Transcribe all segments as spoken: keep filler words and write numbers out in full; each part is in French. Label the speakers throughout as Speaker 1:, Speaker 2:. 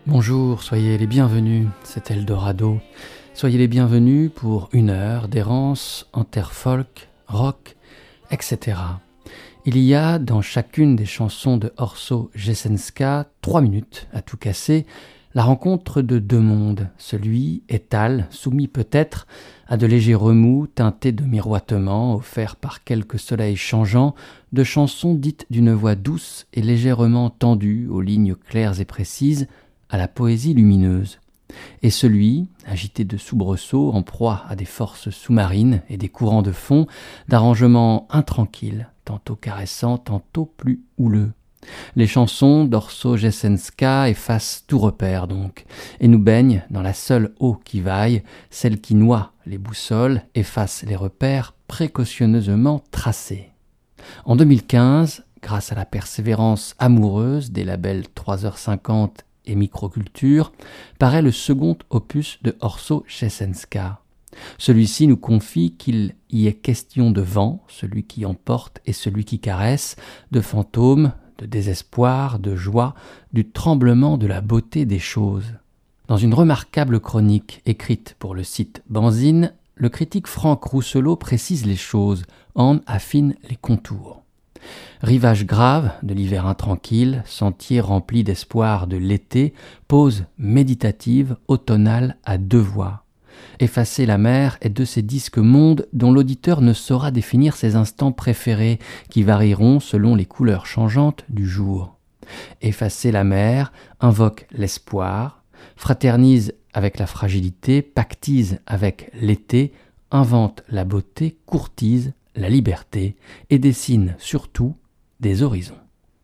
Speaker 1: Bonjour, soyez les bienvenus, c'est Eldorado. Soyez les bienvenus pour une heure d'errance en terre folk, rock, et cetera. Il y a dans chacune des chansons de Orso Jessenska trois minutes à tout casser, la rencontre de deux mondes, celui étal, soumis peut-être à de légers remous teintés de miroitements offerts par quelques soleils changeants, de chansons dites d'une voix douce et légèrement tendue aux lignes claires et précises, à la poésie lumineuse. Et celui, agité de soubresauts, en proie à des forces sous-marines et des courants de fond, d'arrangements intranquilles, tantôt caressants, tantôt plus houleux. Les chansons d'Orso Jessenska effacent tout repère donc, et nous baignent dans la seule eau qui vaille, celle qui noie les boussoles, efface les repères précautionneusement tracés. En deux mille quinze, grâce à la persévérance amoureuse des labels trois heures cinquante et Microculture, paraît le second opus de Orso Jessenska. Celui-ci nous confie qu'il y est question de vent, celui qui emporte et celui qui caresse, de fantômes, de désespoir, de joie, du tremblement de la beauté des choses. Dans une remarquable chronique écrite pour le site Banzine, le critique Franck Rousselot précise les choses, en affine les contours. Rivage grave de l'hiver intranquille, sentier rempli d'espoir de l'été, pause méditative, automnale à deux voix. Effacer la mer est de ces disques mondes dont l'auditeur ne saura définir ses instants préférés, qui varieront selon les couleurs changeantes du jour. Effacer la mer invoque l'espoir, fraternise avec la fragilité, pactise avec l'été, invente la beauté, courtise la liberté et dessine surtout des horizons.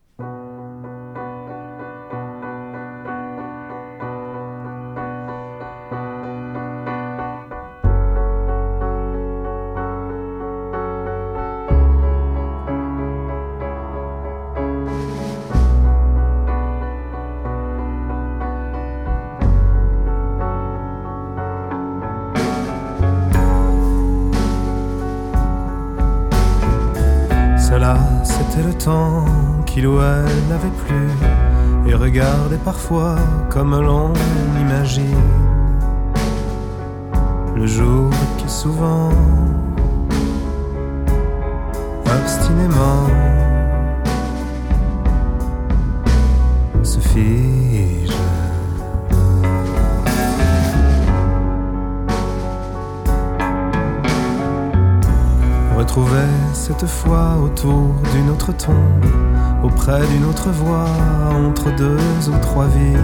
Speaker 2: C'était le temps qu'il ou elle n'avait plus et regardait parfois comme l'on imagine le jour qui souvent, obstinément, se fige. Retrouvait cette fois autour d'une autre tombe, auprès d'une autre voie, entre deux ou trois vies.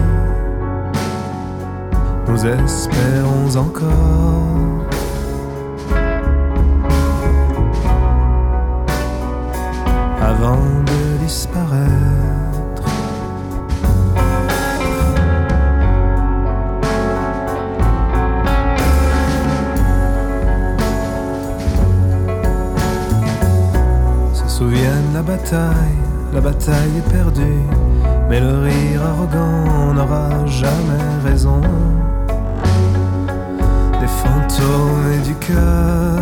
Speaker 2: Nous espérons encore avant de disparaître. Souviennent la bataille, la bataille est perdue, mais le rire arrogant n'aura jamais raison. Des fantômes et du cœur,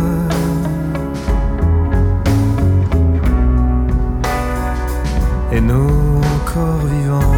Speaker 2: et nous encore vivants.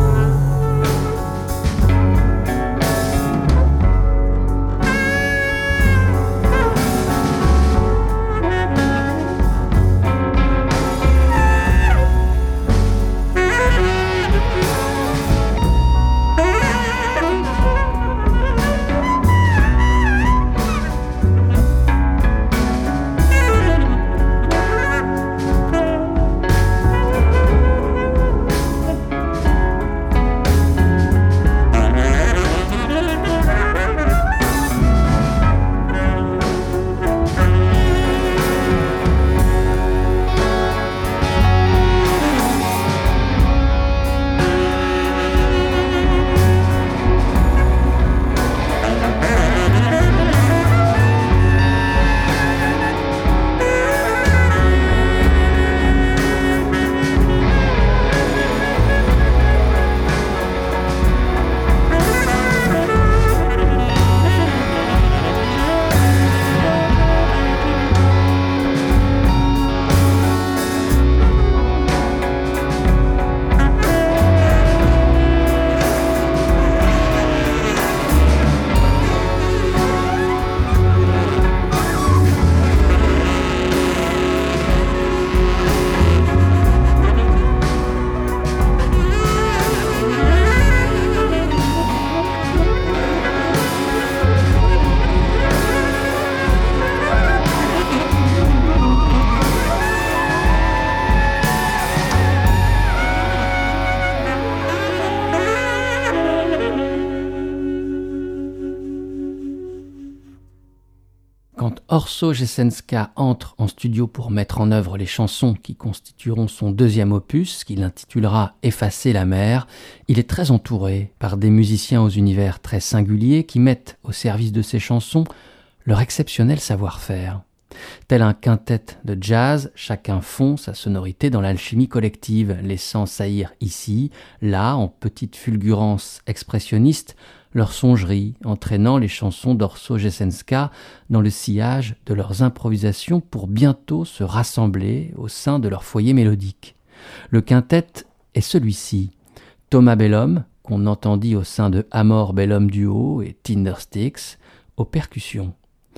Speaker 1: Orso Jessenska entre en studio pour mettre en œuvre les chansons qui constitueront son deuxième opus, qu'il intitulera « Effacer la mer ». Il est très entouré par des musiciens aux univers très singuliers qui mettent au service de ses chansons leur exceptionnel savoir-faire. Tel un quintet de jazz, chacun fond sa sonorité dans l'alchimie collective, laissant saillir ici, là, en petites fulgurances expressionnistes, leur songerie, entraînant les chansons d'Orso Jessenska dans le sillage de leurs improvisations pour bientôt se rassembler au sein de leur foyer mélodique. Le quintet est celui-ci. Thomas Bellum, qu'on entendit au sein de Amor Bellum Duo et Tindersticks, aux percussions.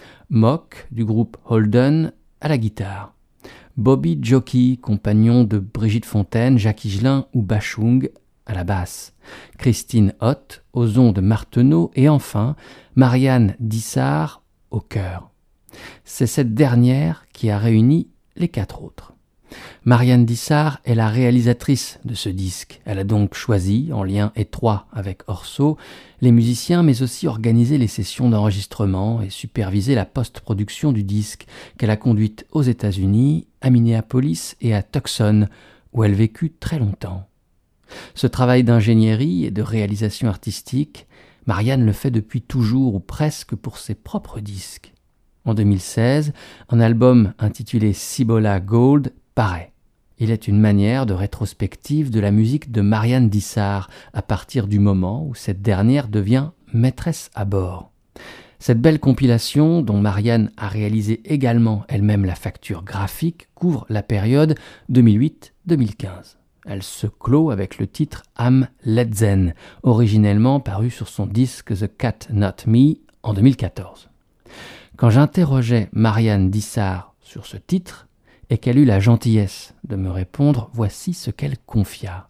Speaker 1: Mock, du groupe Holden, à la guitare. Bobby Jockey, compagnon de Brigitte Fontaine, Jacques Higelin ou Bachung, à la basse. Christine Ott, aux ondes Marteneau et enfin Marianne Dissart, au chœur. C'est cette dernière qui a réuni les quatre autres. Marianne Dissart est la réalisatrice de ce disque. Elle a donc choisi, en lien étroit avec Orso, les musiciens, mais aussi organisé les sessions d'enregistrement et supervisé la post-production du disque, qu'elle a conduite aux États-Unis, à Minneapolis et à Tucson, où elle vécut très longtemps. Ce travail d'ingénierie et de réalisation artistique, Marianne le fait depuis toujours ou presque pour ses propres disques. En deux mille seize, un album intitulé Cibola Gold paraît. Il est une manière de rétrospective de la musique de Marianne Dissart à partir du moment où cette dernière devient maîtresse à bord. Cette belle compilation, dont Marianne a réalisé également elle-même la facture graphique, couvre la période deux mille huit à deux mille quinze. Elle se clôt avec le titre Am Letzen, originellement paru sur son disque The Cat Not Me en deux mille quatorze. Quand j'interrogeais Marianne Dissart sur ce titre, et qu'elle eut la gentillesse de me répondre, voici ce qu'elle confia.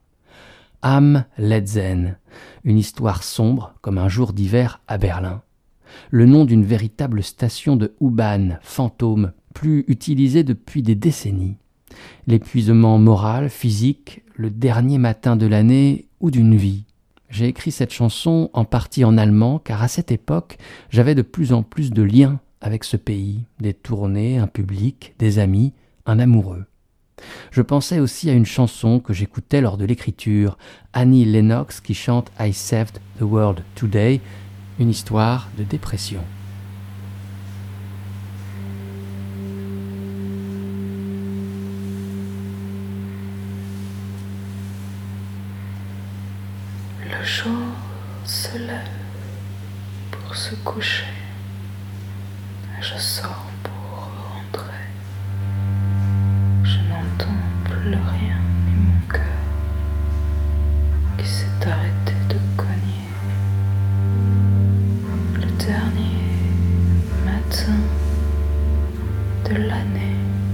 Speaker 1: Am Letzen, une histoire sombre comme un jour d'hiver à Berlin. Le nom d'une véritable station de U-Bahn fantôme, plus utilisée depuis des décennies. L'épuisement moral, physique, le dernier matin de l'année ou d'une vie. J'ai écrit cette chanson en partie en allemand car à cette époque, j'avais de plus en plus de liens avec ce pays, des tournées, un public, des amis, un amoureux. Je pensais aussi à une chanson que j'écoutais lors de l'écriture, Annie Lennox qui chante I Saved the World Today, une histoire de dépression.
Speaker 3: Le jour se lève pour se coucher. Je sors pour rentrer. Je n'entends plus rien, ni mon cœur qui s'est arrêté de cogner. Le dernier matin de l'année,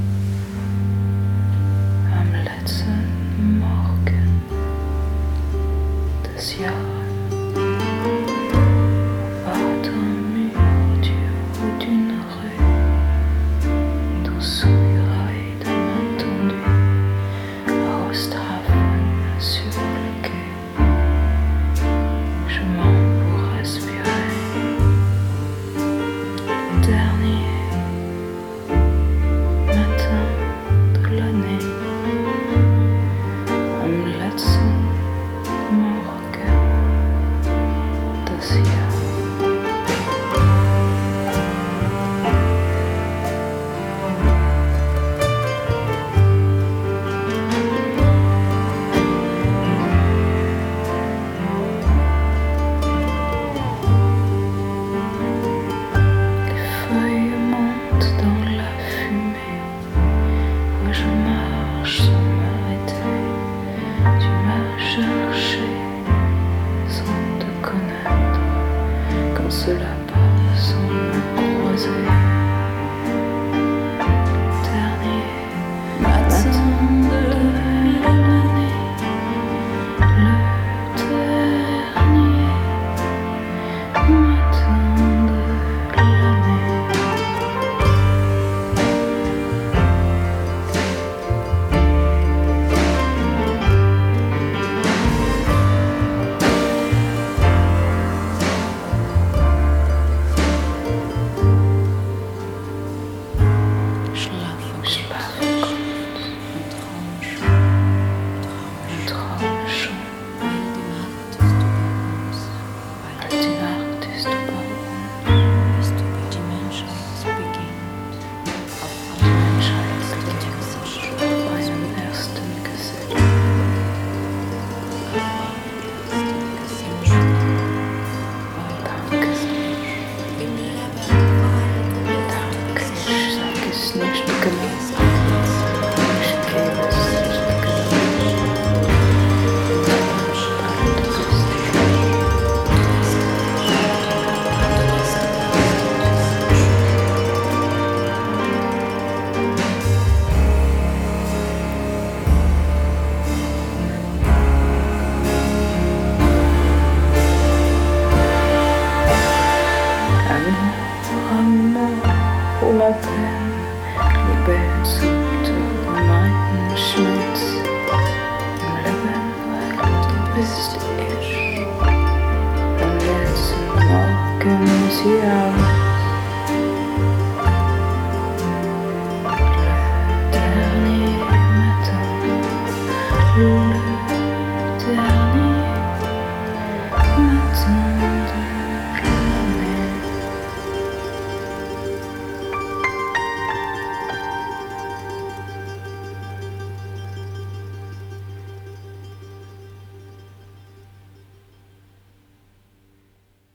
Speaker 3: am letzten Morgen des Jahres.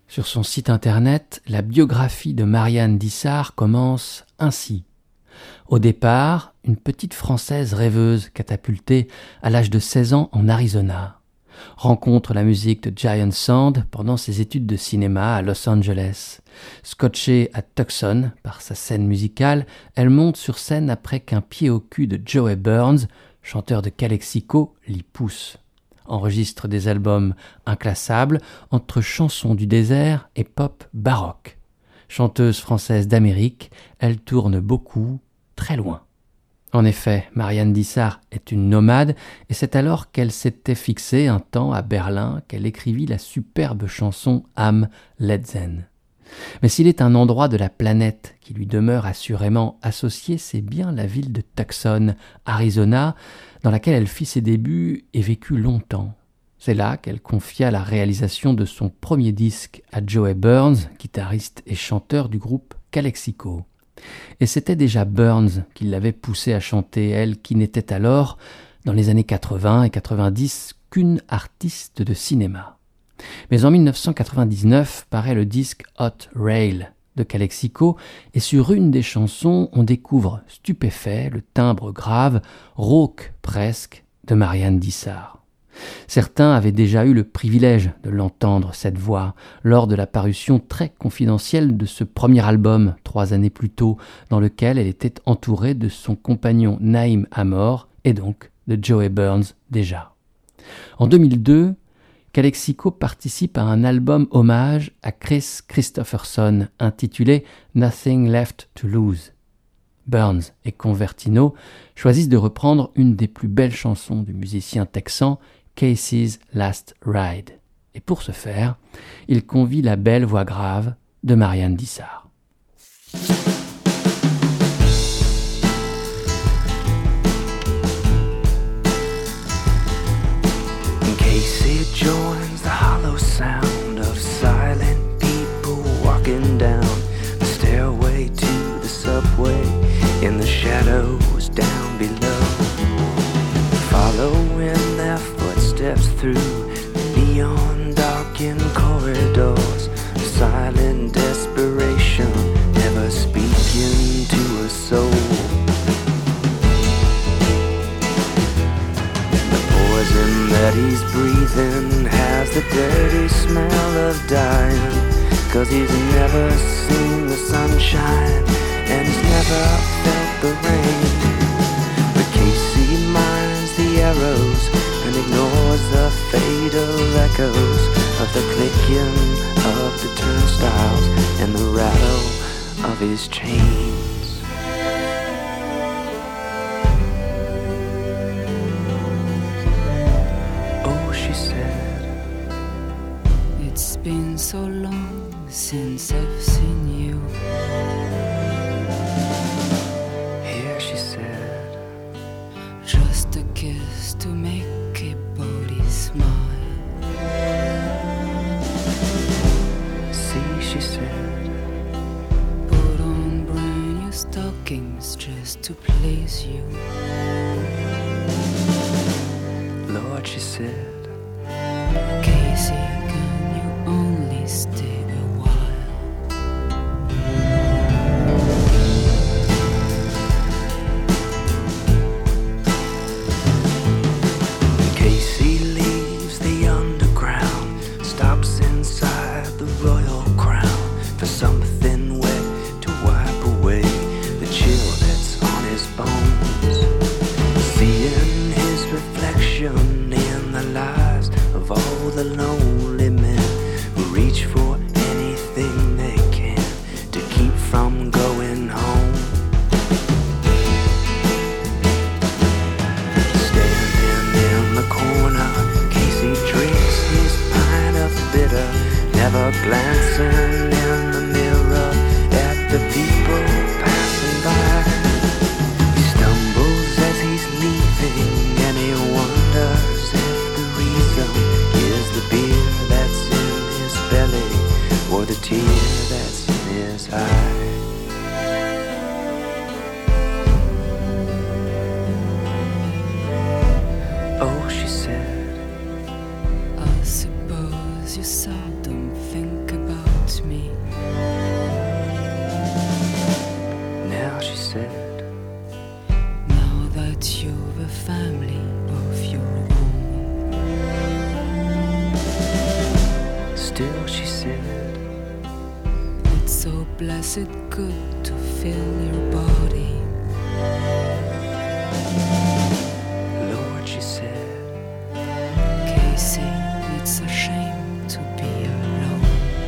Speaker 1: Sur son site internet, la biographie de Marianne Dissart commence ainsi. Au départ, une petite Française rêveuse catapultée à l'âge de seize ans en Arizona. Rencontre la musique de Giant Sand pendant ses études de cinéma à Los Angeles. Scotchée à Tucson par sa scène musicale, elle monte sur scène après qu'un pied au cul de Joey Burns, chanteur de Calexico, l'y pousse. Enregistre des albums inclassables entre chansons du désert et pop baroque. Chanteuse française d'Amérique, elle tourne beaucoup, très loin. En effet, Marianne Dissart est une nomade et c'est alors qu'elle s'était fixée un temps à Berlin qu'elle écrivit la superbe chanson Am Letzen. Mais s'il est un endroit de la planète qui lui demeure assurément associé, c'est bien la ville de Tucson, Arizona, dans laquelle elle fit ses débuts et vécut longtemps. C'est là qu'elle confia la réalisation de son premier disque à Joey Burns, guitariste et chanteur du groupe Calexico. Et c'était déjà Burns qui l'avait poussée à chanter, elle qui n'était alors, dans les années quatre-vingts et quatre-vingt-dix, qu'une artiste de cinéma. Mais en dix-neuf cent quatre-vingt-dix-neuf paraît le disque Hot Rail de Calexico, et sur une des chansons, on découvre stupéfait le timbre grave, rauque presque, de Marianne Dissart. Certains avaient déjà eu le privilège de l'entendre, cette voix, lors de la parution très confidentielle de ce premier album, trois années plus tôt, dans lequel elle était entourée de son compagnon Naïm Amor, et donc de Joey Burns déjà. En deux mille deux, Calexico participe à un album hommage à Chris Christopherson, intitulé Nothing Left to Lose. Burns et Convertino choisissent de reprendre une des plus belles chansons du musicien texan, Casey's Last Ride. Et pour ce faire, il convie la belle voix grave de Marianne Dissart.
Speaker 4: Casey joins the hollow sound of silent people walking down the stairway to the subway in the shadows down below, following their footsteps through neon darkened corridors, silent desperation never speaking to a soul. The poison that he's breathing has the dirty smell of dying, 'cause he's never seen the sunshine and he's never felt the rain. But Casey minds the arrows and ignores the fatal echoes of the clicking of the turnstiles and the rattle of his chains. Oh, she said,
Speaker 3: it's been so long since I've seen you.
Speaker 4: Here she said,
Speaker 3: Just a kiss to make a body smile.
Speaker 4: see, she said,
Speaker 3: Put on brand new stockings just to please you.
Speaker 4: Lord, she said,
Speaker 3: Casey, can you only stay a while?
Speaker 4: Casey leaves the underground, stops inside the Royal Crown for something wet to wipe away the chill that's on his bones. Seeing his reflection in the lives of all the lonely men who reach for anything they can to keep from going home. Standing in the corner, Casey drinks his pint of bitter, never glancing in the mirror at the people passing by. He stumbles as he's leaving and he wonders if the reason is the beer that's in his belly or the tear that's in his eye. Oh, she said,
Speaker 3: I suppose you seldom think about hurt me.
Speaker 4: Now she said,
Speaker 3: Now that you've a family of your own,
Speaker 4: still she said,
Speaker 3: it's so blessed good to feel your body.
Speaker 4: Lord, she said,
Speaker 3: Casey, it's a shame to be alone.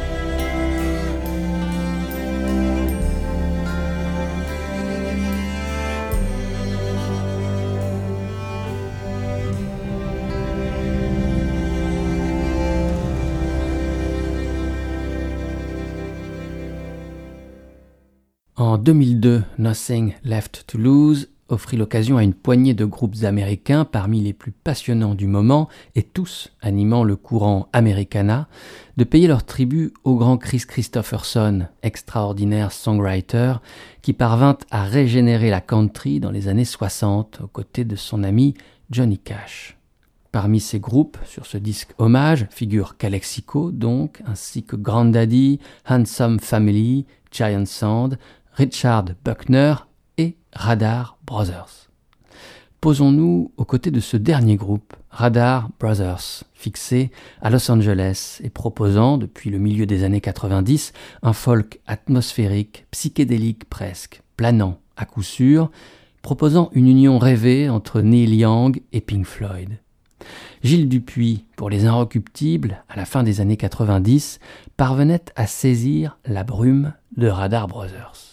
Speaker 1: En deux mille deux, Nothing Left to Lose offrit l'occasion à une poignée de groupes américains parmi les plus passionnants du moment et tous animant le courant Americana de payer leur tribut au grand Chris Christopherson, extraordinaire songwriter qui parvint à régénérer la country dans les années soixante aux côtés de son ami Johnny Cash. Parmi ces groupes, sur ce disque hommage, figurent Calexico donc, ainsi que Grandaddy, Handsome Family, Giant Sand, Richard Buckner et Radar Brothers. Posons-nous aux côtés de ce dernier groupe, Radar Brothers, fixé à Los Angeles et proposant, depuis le milieu des années quatre-vingt-dix, un folk atmosphérique, psychédélique presque, planant à coup sûr, proposant une union rêvée entre Neil Young et Pink Floyd. Gilles Dupuis, pour Les Inrecuptibles, à la fin des années quatre-vingt-dix, parvenait à saisir la brume de Radar Brothers.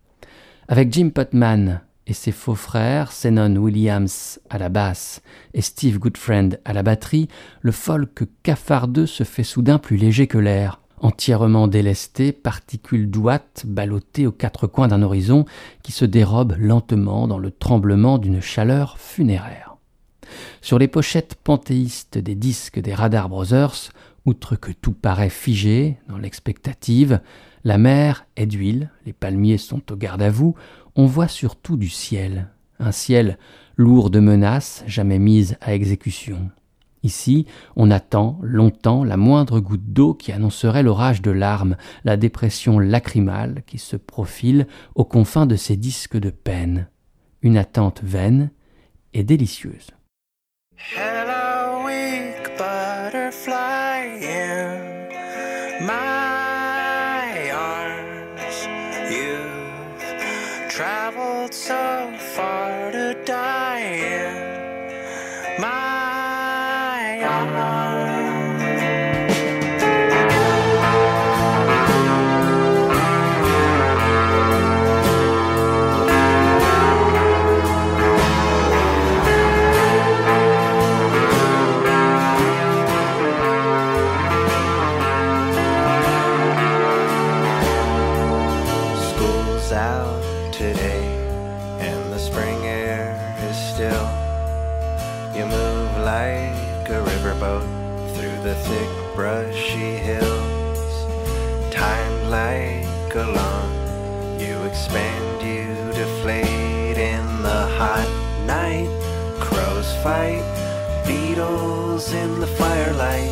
Speaker 1: Avec Jim Putman et ses faux frères, Senon Williams à la basse et Steve Goodfriend à la batterie, le folk cafardeux se fait soudain plus léger que l'air, entièrement délesté, particules d'ouate ballottées aux quatre coins d'un horizon qui se dérobe lentement dans le tremblement d'une chaleur funéraire. Sur les pochettes panthéistes des disques des Radar Brothers, outre que tout paraît figé dans l'expectative, la mer est d'huile, les palmiers sont au garde-à-vous, on voit surtout du ciel, un ciel lourd de menaces jamais mises à exécution. Ici, on attend longtemps la moindre goutte d'eau qui annoncerait l'orage de larmes, la dépression lacrymale qui se profile aux confins de ces disques de peine. Une attente vaine et délicieuse.
Speaker 2: Hello, weak butterfly in my arms. You've traveled so far to die in my arms. The thick brushy hills, timed like a lawn. You expand, you deflate in the hot night. Crows fight, beetles in the firelight.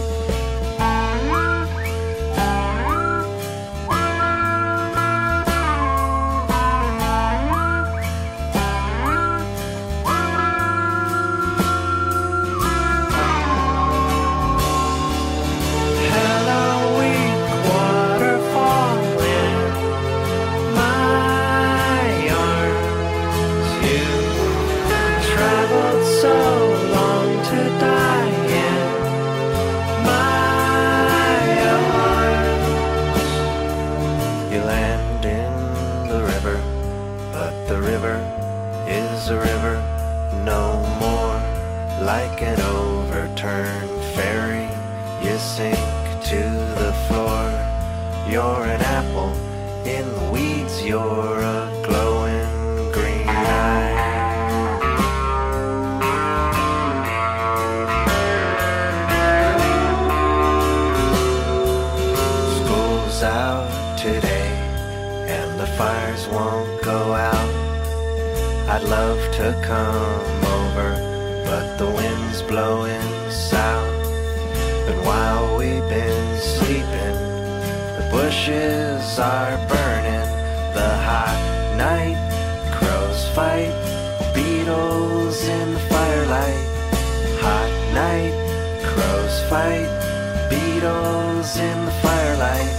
Speaker 2: I'd love to come over, but the wind's blowing south. And while we've been sleeping, the
Speaker 4: bushes are burning, the hot night, crows fight, beetles in the firelight. Hot night, crows fight, beetles in the firelight.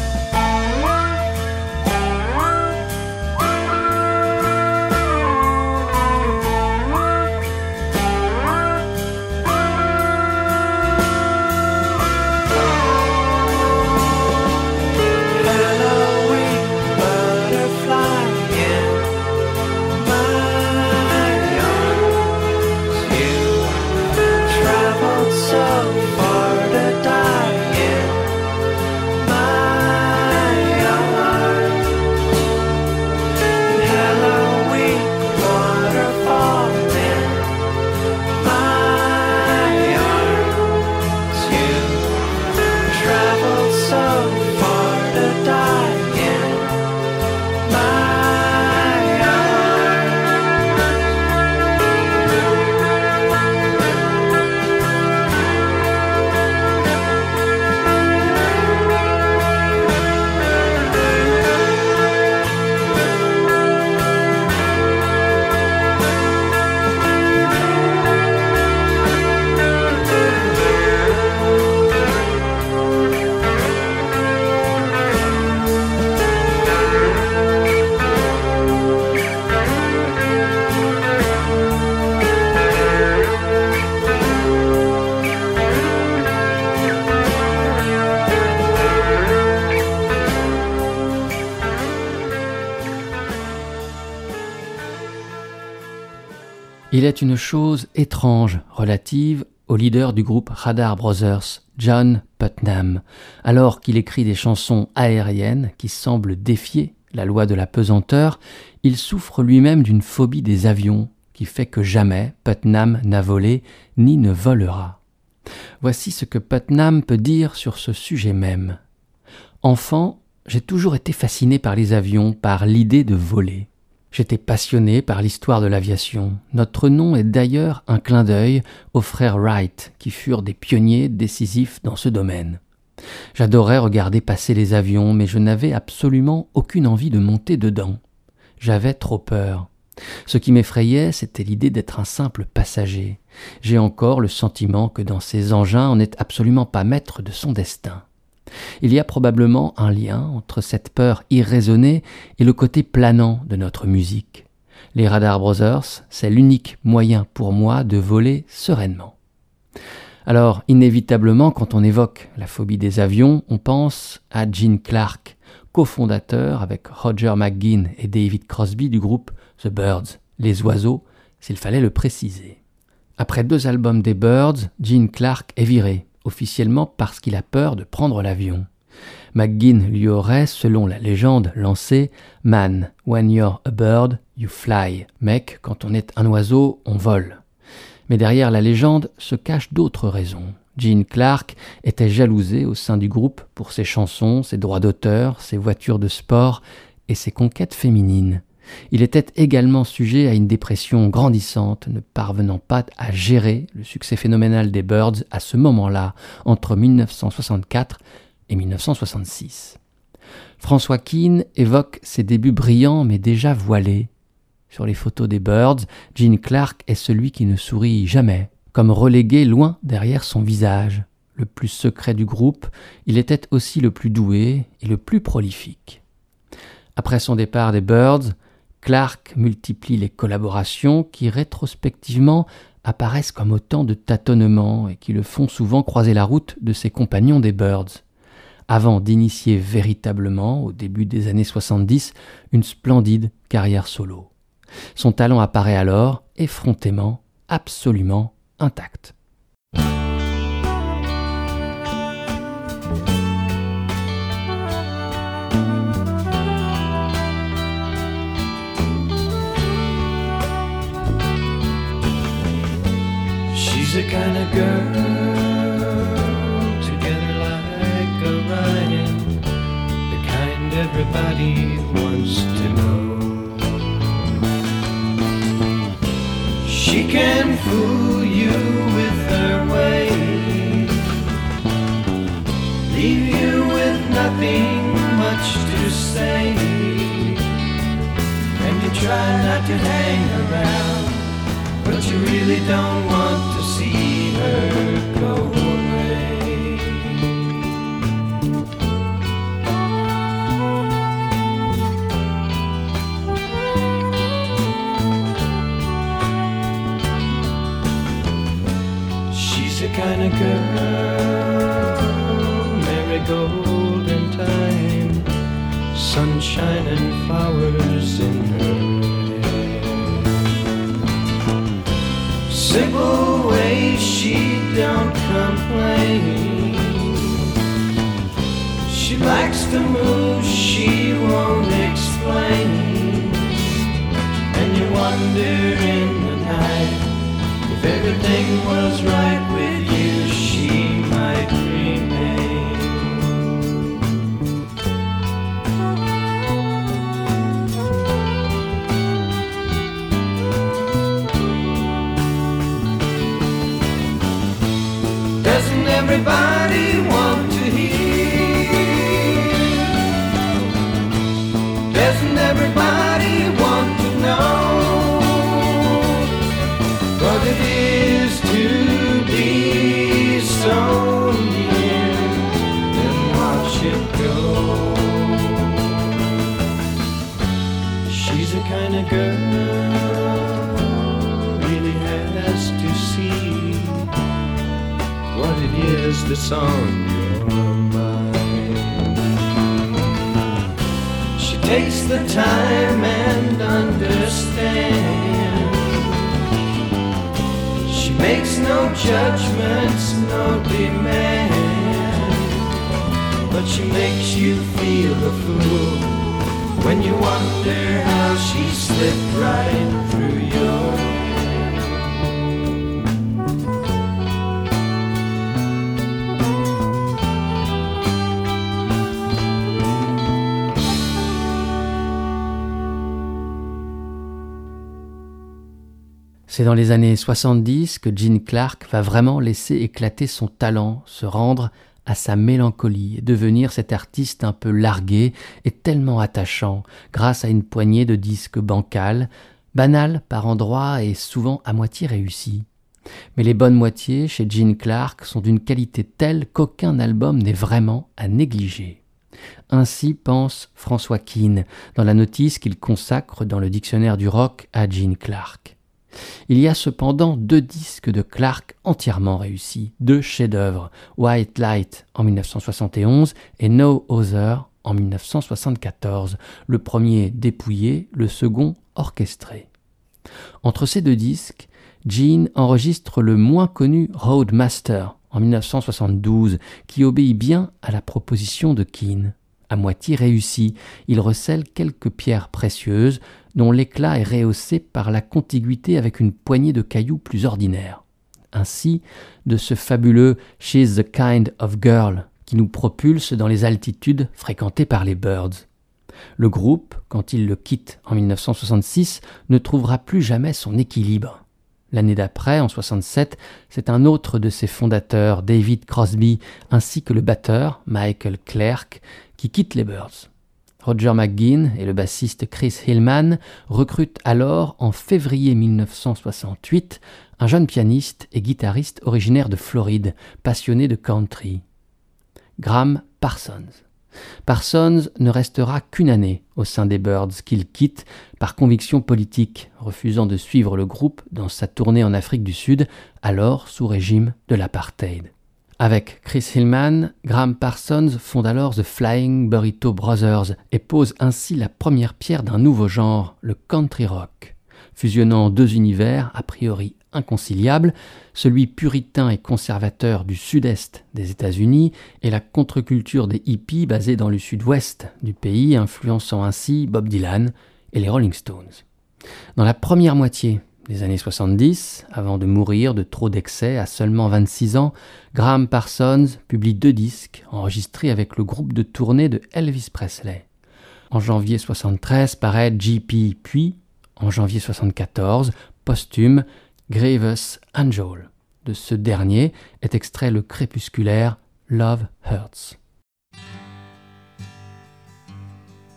Speaker 1: Il est une chose étrange relative au leader du groupe Radar Brothers, John Putnam, alors qu'il écrit des chansons aériennes qui semblent défier la loi de la pesanteur, il souffre lui-même d'une phobie des avions qui fait que jamais Putnam n'a volé ni ne volera. Voici ce que Putnam peut dire sur ce sujet même. Enfant, j'ai toujours été fasciné par les avions, par l'idée de voler. J'étais passionné par l'histoire de l'aviation. Notre nom est d'ailleurs un clin d'œil aux frères Wright, qui furent des pionniers décisifs dans ce domaine. J'adorais regarder passer les avions, mais je n'avais absolument aucune envie de monter dedans. J'avais trop peur. Ce qui m'effrayait, c'était l'idée d'être un simple passager. J'ai encore le sentiment que dans ces engins, on n'est absolument pas maître de son destin. Il y a probablement un lien entre cette peur irraisonnée et le côté planant de notre musique. Les Radar Brothers, c'est l'unique moyen pour moi de voler sereinement. Alors, inévitablement, quand on évoque la phobie des avions, on pense à Gene Clark, cofondateur avec Roger McGuinn et David Crosby du groupe The Byrds, les oiseaux, s'il fallait le préciser. Après deux albums des Byrds, Gene Clark est viré, officiellement parce qu'il a peur de prendre l'avion. McGuinn lui aurait, selon la légende, lancé « Man, when you're a bird, you fly ». Mec, quand on est un oiseau, on vole. Mais derrière la légende se cachent d'autres raisons. Gene Clark était jalousé au sein du groupe pour ses chansons, ses droits d'auteur, ses voitures de sport et ses conquêtes féminines. Il était également sujet à une dépression grandissante, ne parvenant pas à gérer le succès phénoménal des Byrds à ce moment-là, entre dix-neuf cent soixante-quatre et dix-neuf cent soixante-six. François Keane évoque ses débuts brillants mais déjà voilés. Sur les photos des Byrds, Gene Clark est celui qui ne sourit jamais, comme relégué loin derrière son visage. Le plus secret du groupe, il était aussi le plus doué et le plus prolifique. Après son départ des Byrds, Clark multiplie les collaborations qui, rétrospectivement, apparaissent comme autant de tâtonnements et qui le font souvent croiser la route de ses compagnons des Byrds, avant d'initier véritablement, au début des années soixante-dix, une splendide carrière solo. Son talent apparaît alors, effrontément, absolument intact.
Speaker 2: She's the kind of girl together like Orion, the kind everybody wants to know. She can fool you with her way, leave you with nothing
Speaker 5: say, and you try not to hang around, but you really don't want to see her go away. She's the kind of girl, marigold in time, sunshine and flowers in her hair. Simple way, she don't complain. She likes to move, she won't explain. And you wonder in the night, if everything was right with you, she might remain. Doesn't everybody want to hear? Doesn't everybody want to know what it is to be so near and watch it go? She's the kind of girl really has to see what it is that's on your mind. She takes the time and understands. She makes no judgments, no demand, but she makes you feel a fool when you wonder how she slipped right through your hands.
Speaker 1: C'est dans les années soixante-dix que Gene Clark va vraiment laisser éclater son talent, se rendre à sa mélancolie et devenir cet artiste un peu largué et tellement attachant grâce à une poignée de disques bancals, banals par endroits et souvent à moitié réussis. Mais les bonnes moitiés chez Gene Clark sont d'une qualité telle qu'aucun album n'est vraiment à négliger. Ainsi pense François Keane dans la notice qu'il consacre dans le dictionnaire du rock à Gene Clark. Il y a cependant deux disques de Clark entièrement réussis, deux chefs-d'œuvre, White Light en dix-neuf cent soixante et onze et No Other en dix-neuf cent soixante-quatorze, le premier dépouillé, le second orchestré. Entre ces deux disques, Gene enregistre le moins connu Roadmaster en dix-neuf cent soixante-douze, qui obéit bien à la proposition de Keane. À moitié réussi, il recèle quelques pierres précieuses dont l'éclat est rehaussé par la contiguïté avec une poignée de cailloux plus ordinaires. Ainsi, de ce fabuleux « She's the kind of girl » qui nous propulse dans les altitudes fréquentées par les Byrds. Le groupe, quand il le quitte en dix-neuf cent soixante-six, ne trouvera plus jamais son équilibre. L'année d'après, en soixante-sept, c'est un autre de ses fondateurs, David Crosby, ainsi que le batteur, Michael Clarke, qui quitte les Byrds. Roger McGuinn et le bassiste Chris Hillman recrutent alors, en février dix-neuf cent soixante-huit, un jeune pianiste et guitariste originaire de Floride, passionné de country, Graham Parsons. Parsons ne restera qu'une année au sein des Byrds, qu'il quitte par conviction politique, refusant de suivre le groupe dans sa tournée en Afrique du Sud, alors sous régime de l'apartheid. Avec Chris Hillman, Graham Parsons fonde alors The Flying Burrito Brothers et pose ainsi la première pierre d'un nouveau genre, le country rock, fusionnant deux univers a priori inconciliables, celui puritain et conservateur du sud-est des États-Unis et la contre-culture des hippies basée dans le sud-ouest du pays, influençant ainsi Bob Dylan et les Rolling Stones. Dans la première moitié des années soixante-dix, avant de mourir de trop d'excès à seulement vingt-six ans, Graham Parsons publie deux disques enregistrés avec le groupe de tournée de Elvis Presley. En janvier soixante-treize paraît G P, puis, en janvier soixante-quatorze, posthume, Grievous Angel. De ce dernier est extrait le crépusculaire Love Hurts.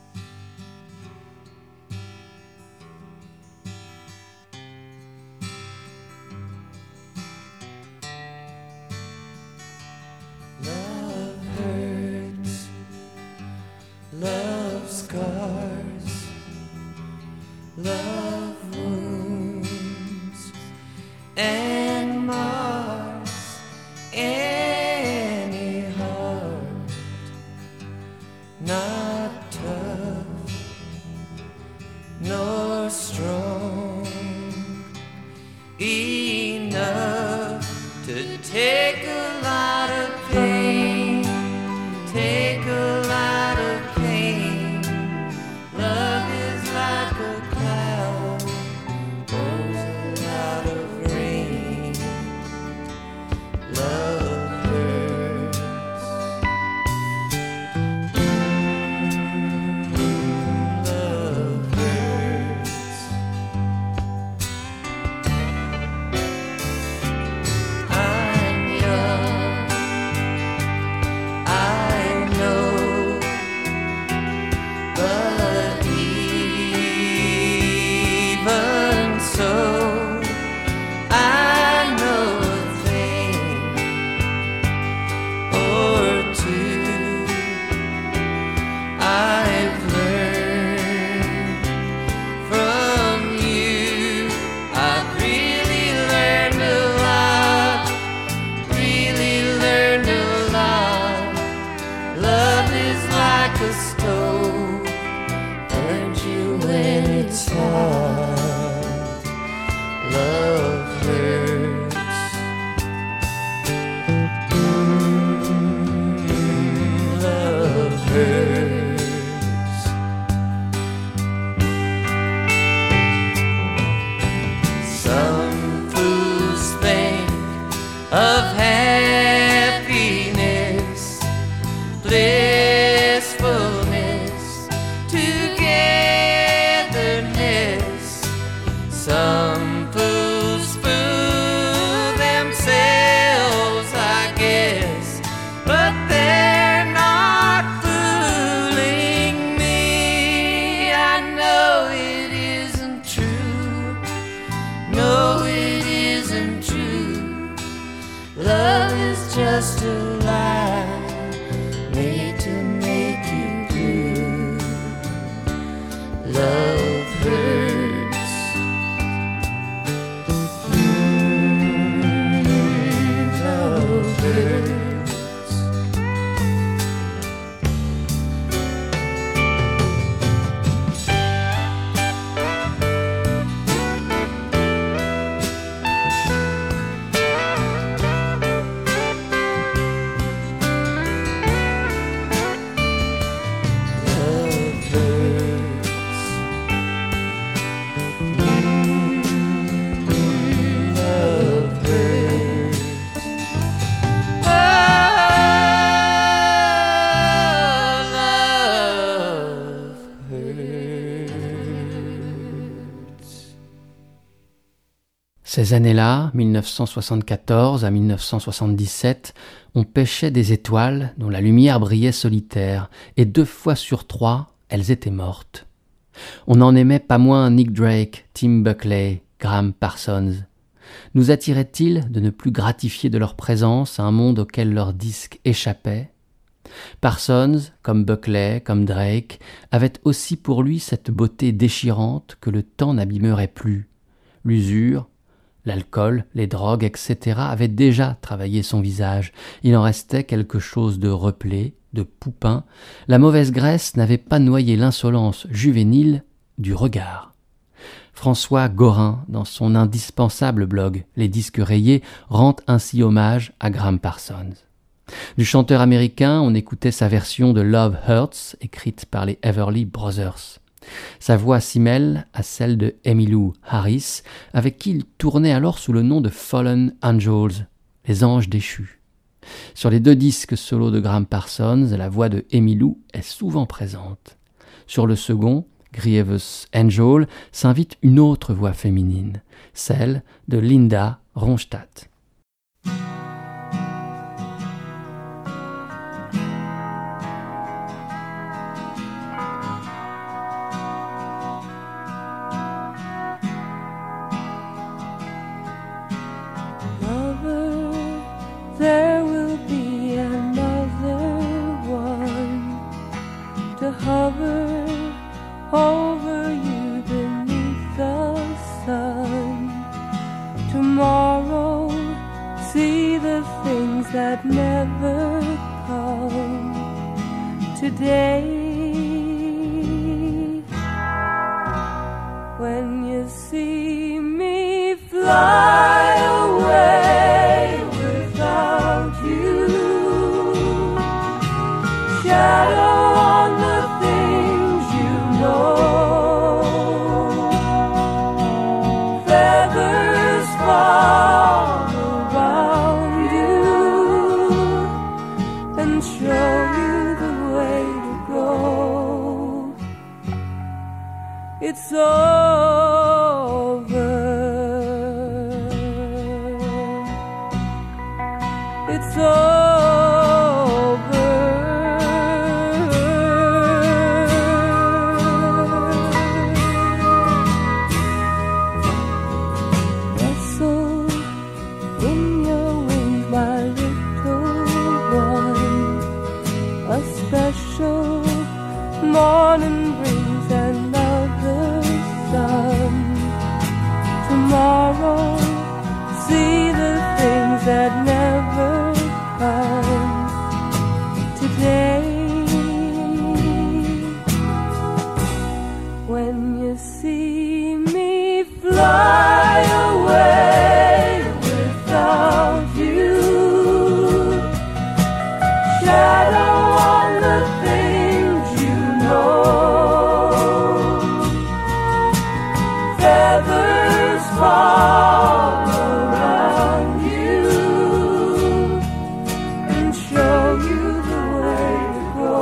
Speaker 5: not tough nor strong enough to take a lot of pain, take a lot of pain. Love is like a cloud, pours a lot of rain. Love hurts. Mm, love hurts. I'm young, I know, but even so, I know a thing or two. I've learned from you. I've really learned a lot, really learned a lot. Love is like a stove, burns you when it's hot. Love hurts. Mm, love hurts. Some fools think of happiness, blissfulness, togetherness. Some fools fool themselves, I guess, but they're not fooling me. I know it isn't true. No, it isn't true. Love is just a lie made to make you blue. Love hurts. Mm, love hurts. Love hurts. Mm, love hurts. Oh, love hurts.
Speaker 1: Ces années-là, mille neuf cent soixante-quatorze à mille neuf cent soixante-dix-sept, on pêchait des étoiles dont la lumière brillait solitaire, et deux fois sur trois, elles étaient mortes. On n'en aimait pas moins Nick Drake, Tim Buckley, Graham Parsons. Nous attirait-il de ne plus gratifier de leur présence un monde auquel leur disque échappait ? Parsons, comme Buckley, comme Drake, avait aussi pour lui cette beauté déchirante que le temps n'abîmerait plus. L'usure, l'alcool, les drogues, et cetera avaient déjà travaillé son visage. Il en restait quelque chose de replé, de poupin. La mauvaise graisse n'avait pas noyé l'insolence juvénile du regard. François Gorin, dans son indispensable blog « Les disques rayés », rend ainsi hommage à Graham Parsons. Du chanteur américain, on écoutait sa version de Love Hurts, écrite par les Everly Brothers. Sa voix s'y mêle à celle de Emmylou Harris, avec qui il tournait alors sous le nom de Fallen Angels, les anges déchus. Sur les deux disques solos de Graham Parsons, la voix de Emmylou est souvent présente. Sur le second, Grievous Angel, s'invite une autre voix féminine, celle de Linda Ronstadt.
Speaker 6: There will be another one to hover over you beneath the sun. Tomorrow, see the things that never come. today. When you see me fly away without you, shadow on the things you know, feathers fall around you and show you the way to go. It's over. It's over. Nestle in your wings, my little one. A special morning brings another sun. Tomorrow, see the things that never come. Today, when you see me fly away without you, shadow on the things you know, feathers fall around you and show you the way to go.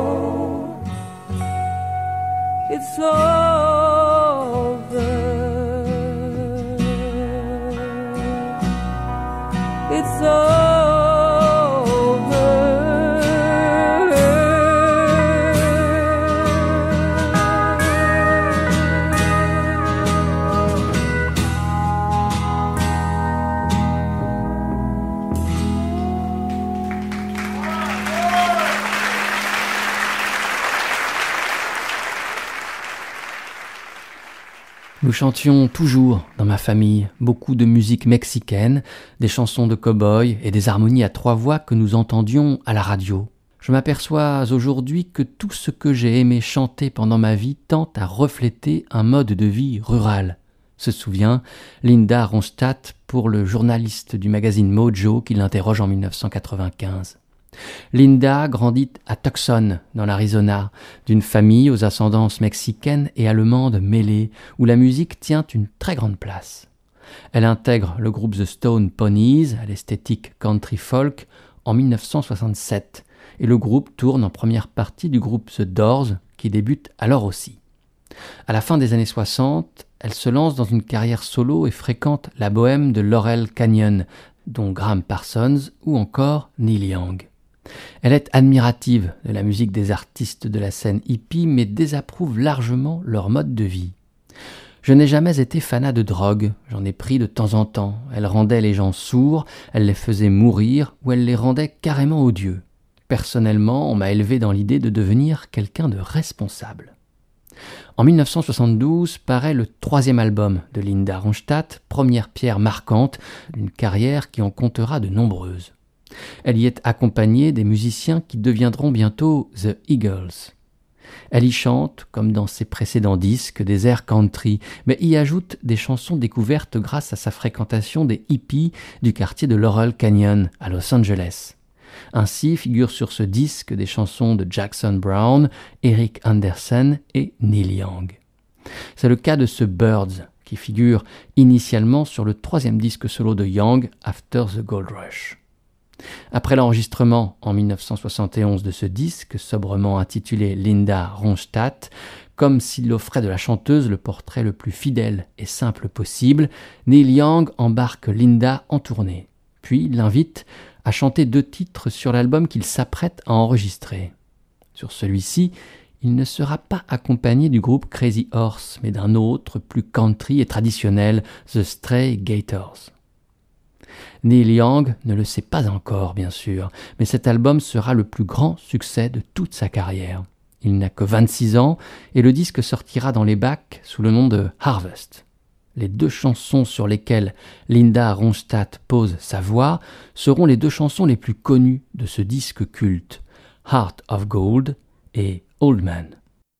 Speaker 6: It's over. It's over.
Speaker 1: Nous chantions toujours dans ma famille beaucoup de musique mexicaine, des chansons de cow-boys et des harmonies à trois voix que nous entendions à la radio. Je m'aperçois aujourd'hui que tout ce que j'ai aimé chanter pendant ma vie tend à refléter un mode de vie rural, se souvient Linda Ronstadt pour le journaliste du magazine Mojo qui l'interroge en dix-neuf cent quatre-vingt-quinze. Linda grandit à Tucson, dans l'Arizona, d'une famille aux ascendances mexicaines et allemandes mêlées, où la musique tient une très grande place. Elle intègre le groupe The Stone Ponies, à l'esthétique country folk, en dix-neuf cent soixante-sept, et le groupe tourne en première partie du groupe The Doors, qui débute alors aussi. À la fin des années soixante, elle se lance dans une carrière solo et fréquente la bohème de Laurel Canyon, dont Graham Parsons ou encore Neil Young. Elle est admirative de la musique des artistes de la scène hippie, mais désapprouve largement leur mode de vie. Je n'ai jamais été fanat de drogue, j'en ai pris de temps en temps. Elle rendait les gens sourds, elle les faisait mourir ou elle les rendait carrément odieux. Personnellement, on m'a élevé dans l'idée de devenir quelqu'un de responsable. En dix-neuf cent soixante-douze paraît le troisième album de Linda Ronstadt, première pierre marquante d'une carrière qui en comptera de nombreuses. Elle y est accompagnée des musiciens qui deviendront bientôt The Eagles. Elle y chante, comme dans ses précédents disques, des airs country, mais y ajoute des chansons découvertes grâce à sa fréquentation des hippies du quartier de Laurel Canyon, à Los Angeles. Ainsi figurent sur ce disque des chansons de Jackson Browne, Eric Anderson et Neil Young. C'est le cas de ce Birds, qui figure initialement sur le troisième disque solo de Young, After the Gold Rush. Après l'enregistrement en dix-neuf cent soixante et onze de ce disque, sobrement intitulé Linda Ronstadt, comme s'il offrait de la chanteuse le portrait le plus fidèle et simple possible, Neil Young embarque Linda en tournée, puis l'invite à chanter deux titres sur l'album qu'il s'apprête à enregistrer. Sur celui-ci, il ne sera pas accompagné du groupe Crazy Horse, mais d'un autre, plus country et traditionnel, The Stray Gators. Neil Young ne le sait pas encore, bien sûr, mais cet album sera le plus grand succès de toute sa carrière. Il n'a que vingt-six ans et le disque sortira dans les bacs sous le nom de Harvest. Les deux chansons sur lesquelles Linda Ronstadt pose sa voix seront les deux chansons les plus connues de ce disque culte, Heart of Gold et Old Man.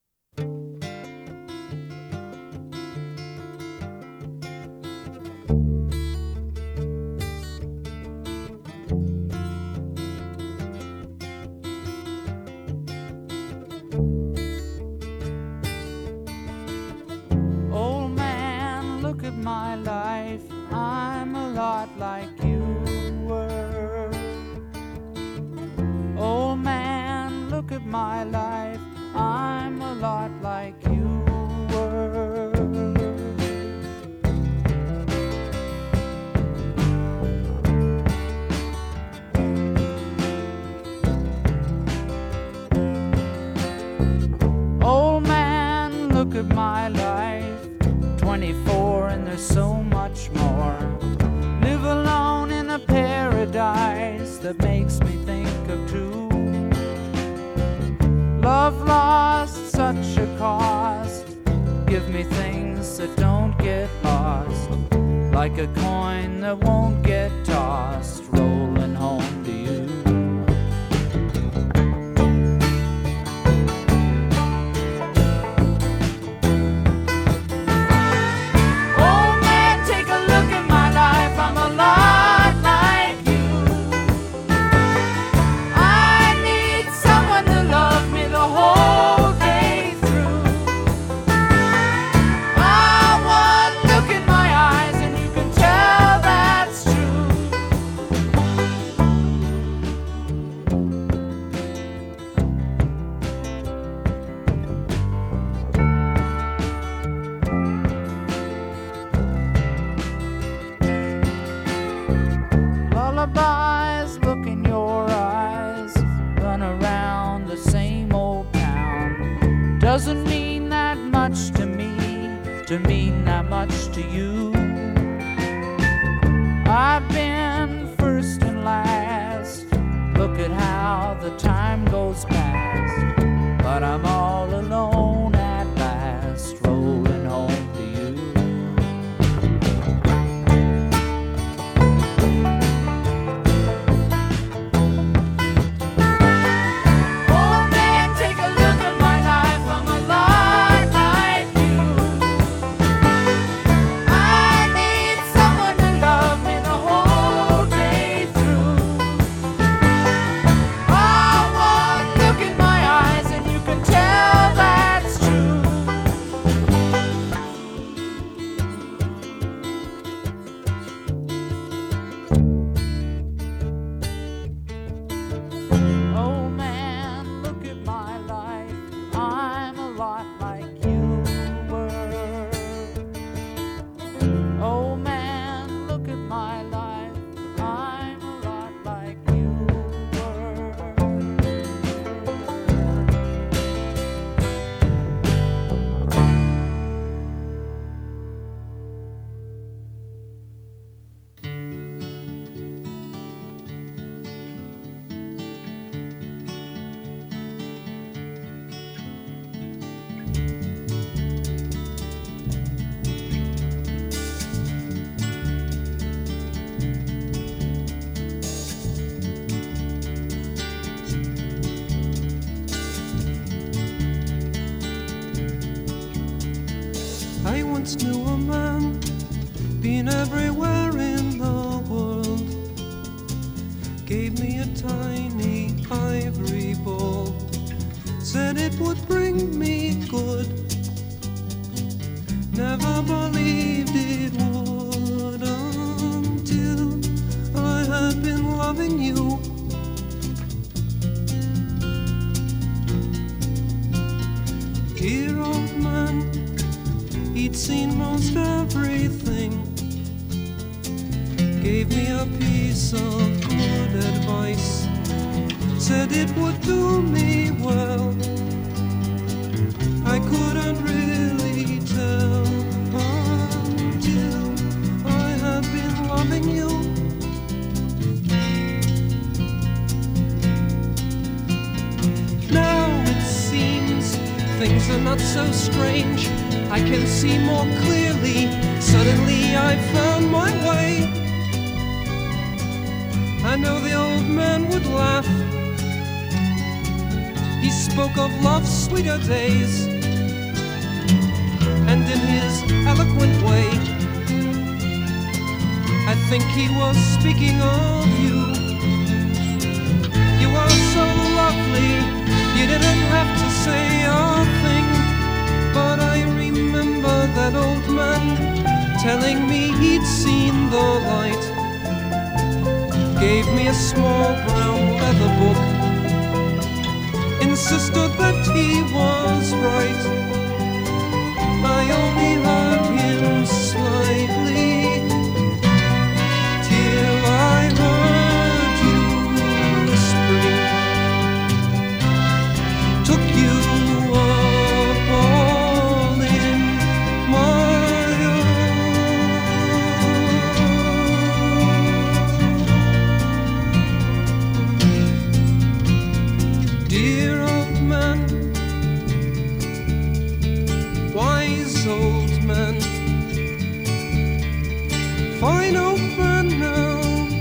Speaker 7: My life, I'm a lot like you were. Old man, look at my life, I'm a lot like you were. Old man, look at my life, twenty-four and there's so much more. Live alone in a paradise that makes me think of two. Love lost, such a cost. Give me things that don't get lost, like a coin that won't get tossed, rolling home to you. Lullabies, look in your eyes, run around the same old town. Doesn't mean that much to me, to mean that much to you. I've been first and last, look at how the time goes past, but I'm all alone at last, rolling home to you.
Speaker 2: I once knew a man, been everywhere in the world. Gave me a tiny ivory ball, said it would bring me good. Never believed it would until I had been loving you. Dear old man, he'd seen most everything, gave me a piece of good advice, said it would do me well. I couldn't really tell until I had been loving you. Now it seems things are not so strange, I can see more clearly. Suddenly I found my way. I know the old man would laugh He spoke of love's sweeter days, and in his eloquent way, I think he was speaking of you. You are so lovely, you didn't have to say a thing, but I remember that old man telling me he'd seen the light. Gave me a small brown leather book, insisted that he was right. I only heard him slightly till I heard you whispering, took you up all in my arms. Dear old man, wise old man, fine old man now.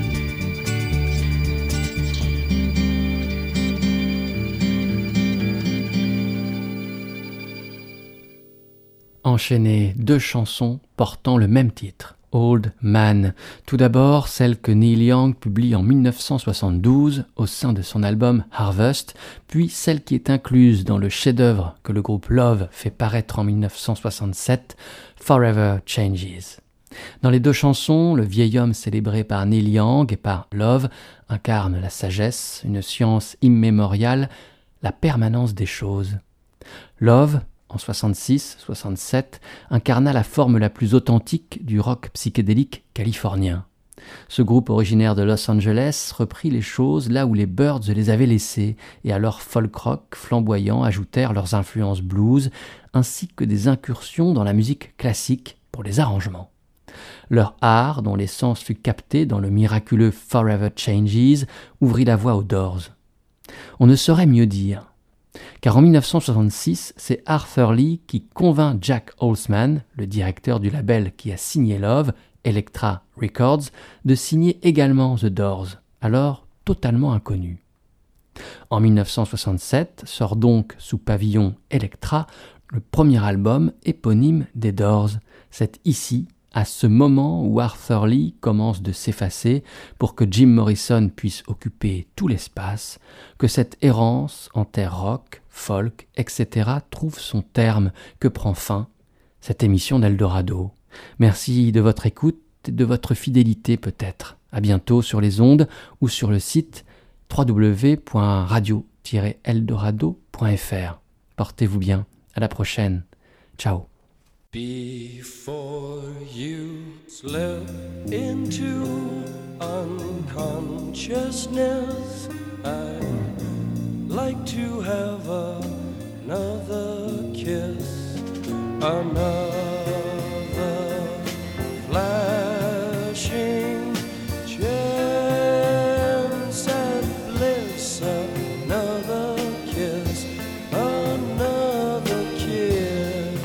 Speaker 1: Enchaîner deux chansons portant le même titre, Old Man. Tout d'abord, celle que Neil Young publie en dix-neuf cent soixante-douze au sein de son album Harvest, puis celle qui est incluse dans le chef-d'œuvre que le groupe Love fait paraître en dix-neuf cent soixante-sept, Forever Changes. Dans les deux chansons, le vieil homme célébré par Neil Young et par Love incarne la sagesse, une science immémoriale, la permanence des choses. Love, en soixante-six soixante-sept, incarna la forme la plus authentique du rock psychédélique californien. Ce groupe originaire de Los Angeles reprit les choses là où les Byrds les avaient laissées et à leur folk rock flamboyant ajoutèrent leurs influences blues ainsi que des incursions dans la musique classique pour les arrangements. Leur art, dont l'essence fut captée dans le miraculeux Forever Changes, ouvrit la voie aux Doors. On ne saurait mieux dire. Car en dix-neuf cent soixante-six, c'est Arthur Lee qui convainc Jack Holzman, le directeur du label qui a signé Love, Elektra Records, de signer également The Doors, alors totalement inconnu. En dix-neuf cent soixante-sept sort donc sous pavillon Elektra le premier album éponyme des Doors. C'est ici, à ce moment où Arthur Lee commence de s'effacer pour que Jim Morrison puisse occuper tout l'espace, que cette errance en terre rock, folk, et cetera trouve son terme, que prend fin cette émission d'Eldorado. Merci de votre écoute et de votre fidélité peut-être. À bientôt sur les ondes ou sur le site w w w point radio tiret eldorado point f r. Portez-vous bien. À la prochaine. Ciao.
Speaker 5: Before you slip into unconsciousness, I'd like to have another kiss, another flashing chance at bliss, another kiss, another kiss.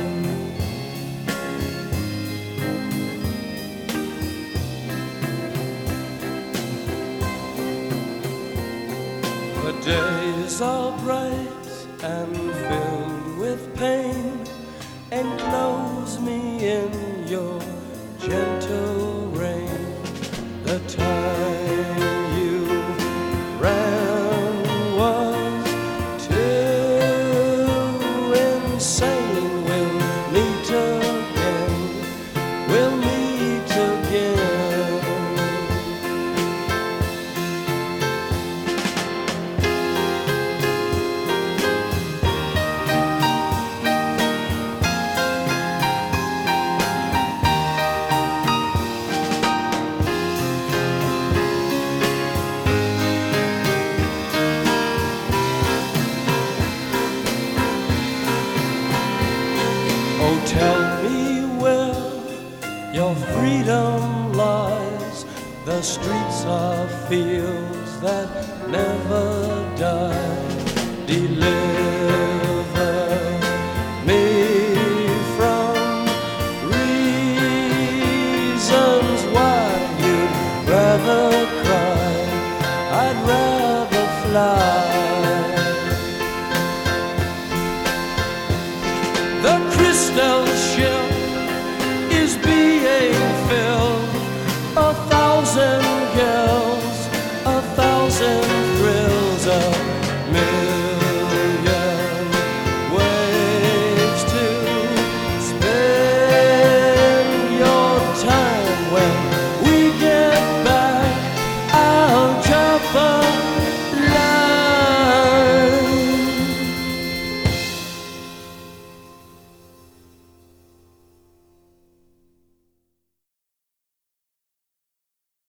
Speaker 5: The days are bright and filled with pain, enclose me in your gentle rain. The time you ran was too insane. We'll meet again, we'll meet again. Oh, tell me where your freedom lies. The streets are fields that never die. Deliver